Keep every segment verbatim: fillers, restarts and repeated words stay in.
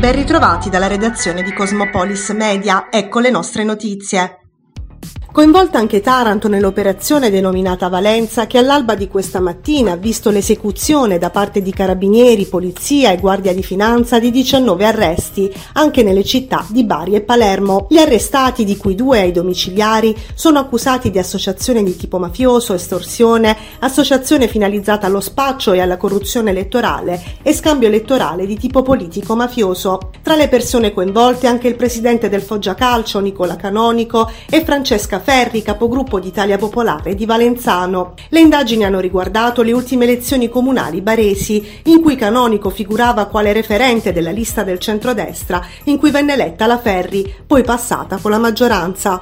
Ben ritrovati dalla redazione di Cosmopolis Media, ecco le nostre notizie. Coinvolta anche Taranto nell'operazione denominata Valenza, che all'alba di questa mattina ha visto l'esecuzione da parte di carabinieri, polizia e guardia di finanza di diciannove arresti, anche nelle città di Bari e Palermo. Gli arrestati, di cui due ai domiciliari, sono accusati di associazione di tipo mafioso, estorsione, associazione finalizzata allo spaccio e alla corruzione elettorale e scambio elettorale di tipo politico-mafioso. Tra le persone coinvolte anche il presidente del Foggia Calcio, Nicola Canonico, e Francesca Ferri, capogruppo di Italia Popolare di Valenzano. Le indagini hanno riguardato le ultime elezioni comunali baresi, in cui Canonico figurava quale referente della lista del centrodestra, in cui venne eletta la Ferri, poi passata con la maggioranza.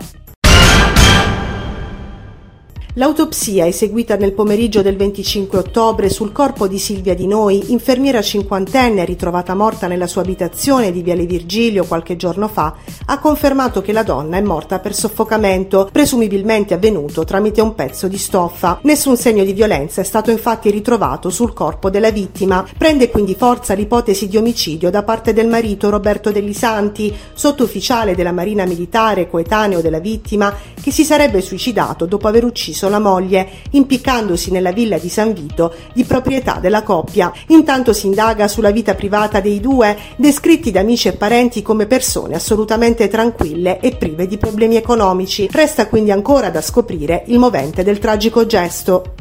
L'autopsia eseguita nel pomeriggio del venticinque ottobre sul corpo di Silvia Di Noi, infermiera cinquantenne ritrovata morta nella sua abitazione di Viale Virgilio qualche giorno fa, ha confermato che la donna è morta per soffocamento, presumibilmente avvenuto tramite un pezzo di stoffa. Nessun segno di violenza è stato infatti ritrovato sul corpo della vittima. Prende quindi forza l'ipotesi di omicidio da parte del marito Roberto Dellisanti, sottufficiale della Marina Militare coetaneo della vittima, che si sarebbe suicidato dopo aver ucciso la moglie, impiccandosi nella villa di San Vito, di proprietà della coppia. Intanto si indaga sulla vita privata dei due, descritti da amici e parenti come persone assolutamente tranquille e prive di problemi economici. Resta quindi ancora da scoprire il movente del tragico gesto.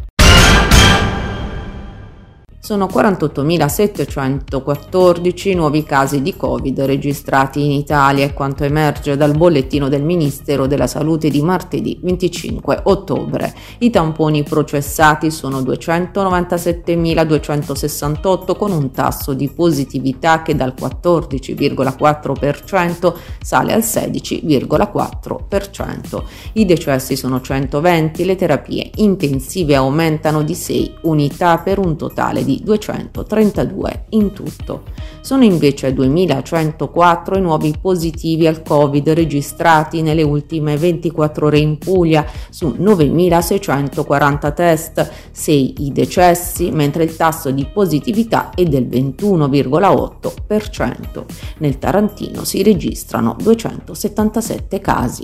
Sono quarantottomilasettecentoquattordici nuovi casi di Covid registrati in Italia, è quanto emerge dal bollettino del Ministero della Salute di martedì venticinque ottobre. I tamponi processati sono duecentonovantasettemiladuecentosessantotto, con un tasso di positività che dal quattordici virgola quattro per cento sale al sedici virgola quattro per cento. I decessi sono centoventi, le terapie intensive aumentano di sei unità per un totale di duecentotrentadue in tutto. Sono invece duemilacentoquattro i nuovi positivi al Covid registrati nelle ultime ventiquattro ore in Puglia su novemilaseicentoquaranta test, sei i decessi, mentre il tasso di positività è del ventuno virgola otto per cento. Nel Tarantino si registrano duecentosettantasette casi.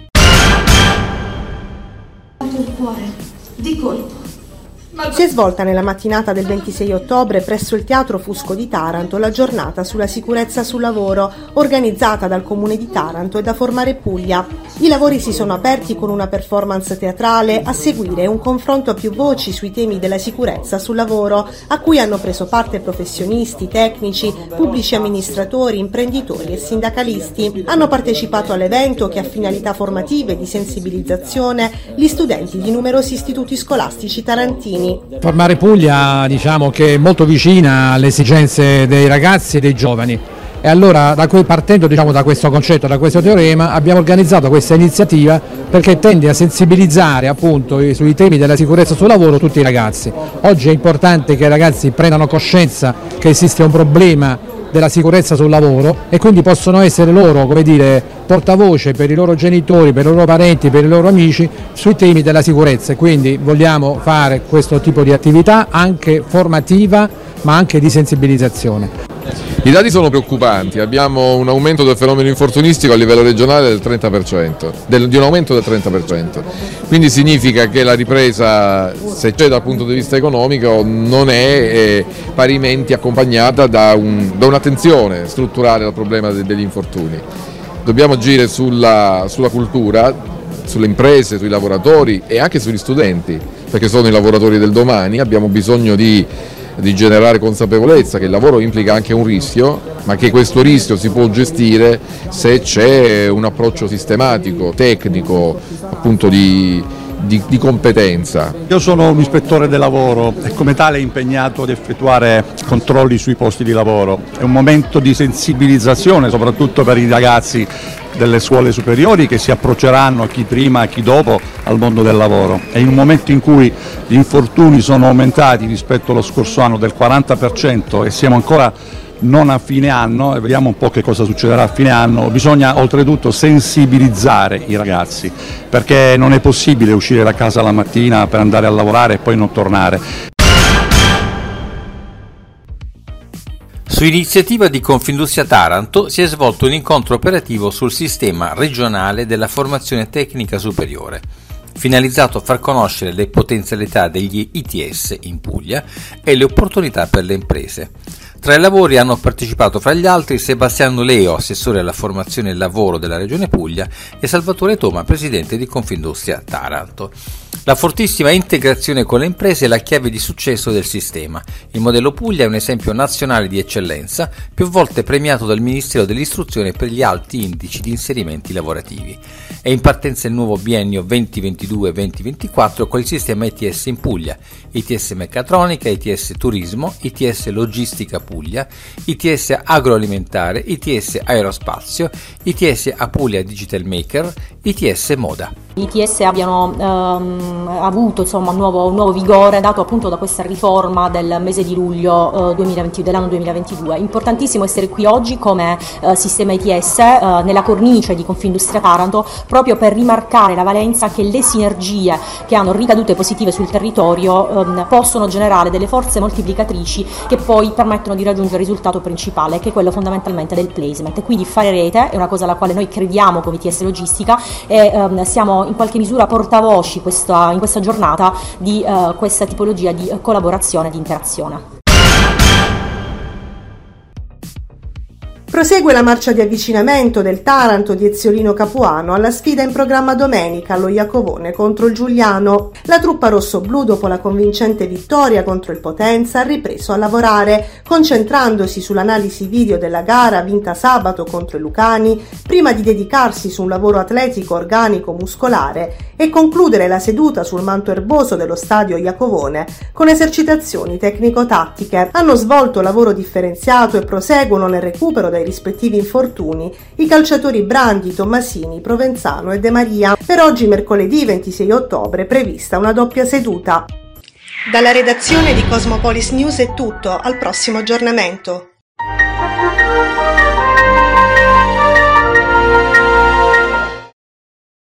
Il cuore, di colpo. Si è svolta nella mattinata del ventisei ottobre presso il Teatro Fusco di Taranto la giornata sulla sicurezza sul lavoro, organizzata dal Comune di Taranto e da Formare Puglia. I lavori si sono aperti con una performance teatrale, a seguire un confronto a più voci sui temi della sicurezza sul lavoro, a cui hanno preso parte professionisti, tecnici, pubblici amministratori, imprenditori e sindacalisti. Hanno partecipato all'evento, che ha finalità formative e di sensibilizzazione, gli studenti di numerosi istituti scolastici tarantini. Formare Puglia, diciamo che è molto vicina alle esigenze dei ragazzi e dei giovani, e allora da que- partendo diciamo, da questo concetto, da questo teorema, abbiamo organizzato questa iniziativa perché tende a sensibilizzare appunto sui temi della sicurezza sul lavoro tutti i ragazzi. Oggi è importante che i ragazzi prendano coscienza che esiste un problema della sicurezza sul lavoro e quindi possono essere loro, come dire, portavoce per i loro genitori, per i loro parenti, per i loro amici sui temi della sicurezza, e quindi vogliamo fare questo tipo di attività anche formativa ma anche di sensibilizzazione. I dati sono preoccupanti, abbiamo un aumento del fenomeno infortunistico a livello regionale del trenta per cento, del, di un aumento del trenta per cento, quindi significa che la ripresa, se c'è dal punto di vista economico, non è eh, parimenti accompagnata da, un, da un'attenzione strutturale al problema de, degli infortuni. Dobbiamo agire sulla, sulla cultura, sulle imprese, sui lavoratori e anche sugli studenti, perché sono i lavoratori del domani. Abbiamo bisogno di di generare consapevolezza che il lavoro implica anche un rischio, ma che questo rischio si può gestire se c'è un approccio sistematico, tecnico, appunto di, di, di competenza. Io sono un ispettore del lavoro e come tale impegnato ad effettuare controlli sui posti di lavoro. È un momento di sensibilizzazione soprattutto per i ragazzi delle scuole superiori che si approcceranno, chi prima chi dopo, al mondo del lavoro. È in un momento in cui gli infortuni sono aumentati rispetto allo scorso anno del quaranta per cento e siamo ancora non a fine anno, e vediamo un po' che cosa succederà a fine anno. Bisogna oltretutto sensibilizzare i ragazzi, perché non è possibile uscire da casa la mattina per andare a lavorare e poi non tornare. Su iniziativa di Confindustria Taranto si è svolto un incontro operativo sul sistema regionale della formazione tecnica superiore, finalizzato a far conoscere le potenzialità degli I T S in Puglia e le opportunità per le imprese. Tra i lavori hanno partecipato fra gli altri Sebastiano Leo, assessore alla formazione e lavoro della Regione Puglia, e Salvatore Toma, presidente di Confindustria Taranto. La fortissima integrazione con le imprese è la chiave di successo del sistema. Il modello Puglia è un esempio nazionale di eccellenza, più volte premiato dal Ministero dell'Istruzione per gli alti indici di inserimenti lavorativi. È in partenza il nuovo biennio venti ventidue venti ventiquattro con il sistema I T S in Puglia, I T S Meccatronica, I T S Turismo, I T S Logistica Puglia, I T S Agroalimentare, I T S Aerospazio, I T S Apulia Digital Maker, I T S Moda. I T S abbiano ehm, avuto insomma un nuovo, un nuovo vigore dato appunto da questa riforma del mese di luglio eh, duemilaventi, dell'anno duemilaventidue. Importantissimo essere qui oggi come eh, sistema I T S eh, nella cornice di Confindustria Taranto, proprio per rimarcare la valenza che le sinergie che hanno ricadute positive sul territorio ehm, possono generare delle forze moltiplicatrici che poi permettono di raggiungere il risultato principale, che è quello fondamentalmente del placement. E quindi fare rete è una cosa alla quale noi crediamo come I T S Logistica e ehm, siamo in qualche misura portavoci questa, in questa giornata di uh, questa tipologia di collaborazione e di interazione. Prosegue la marcia di avvicinamento del Taranto di Eziolino Capuano alla sfida in programma domenica allo Iacovone contro il Giuliano. La truppa rossoblù, dopo la convincente vittoria contro il Potenza, ha ripreso a lavorare, concentrandosi sull'analisi video della gara vinta sabato contro il Lucani, prima di dedicarsi su un lavoro atletico organico muscolare e concludere la seduta sul manto erboso dello stadio Iacovone con esercitazioni tecnico-tattiche. Hanno svolto lavoro differenziato e proseguono nel recupero dai rispettivi infortuni i calciatori Brandi, Tommasini, Provenzano e De Maria. Per oggi, mercoledì ventisei ottobre, è prevista una doppia seduta. Dalla redazione di Cosmopolis News è tutto, al prossimo aggiornamento.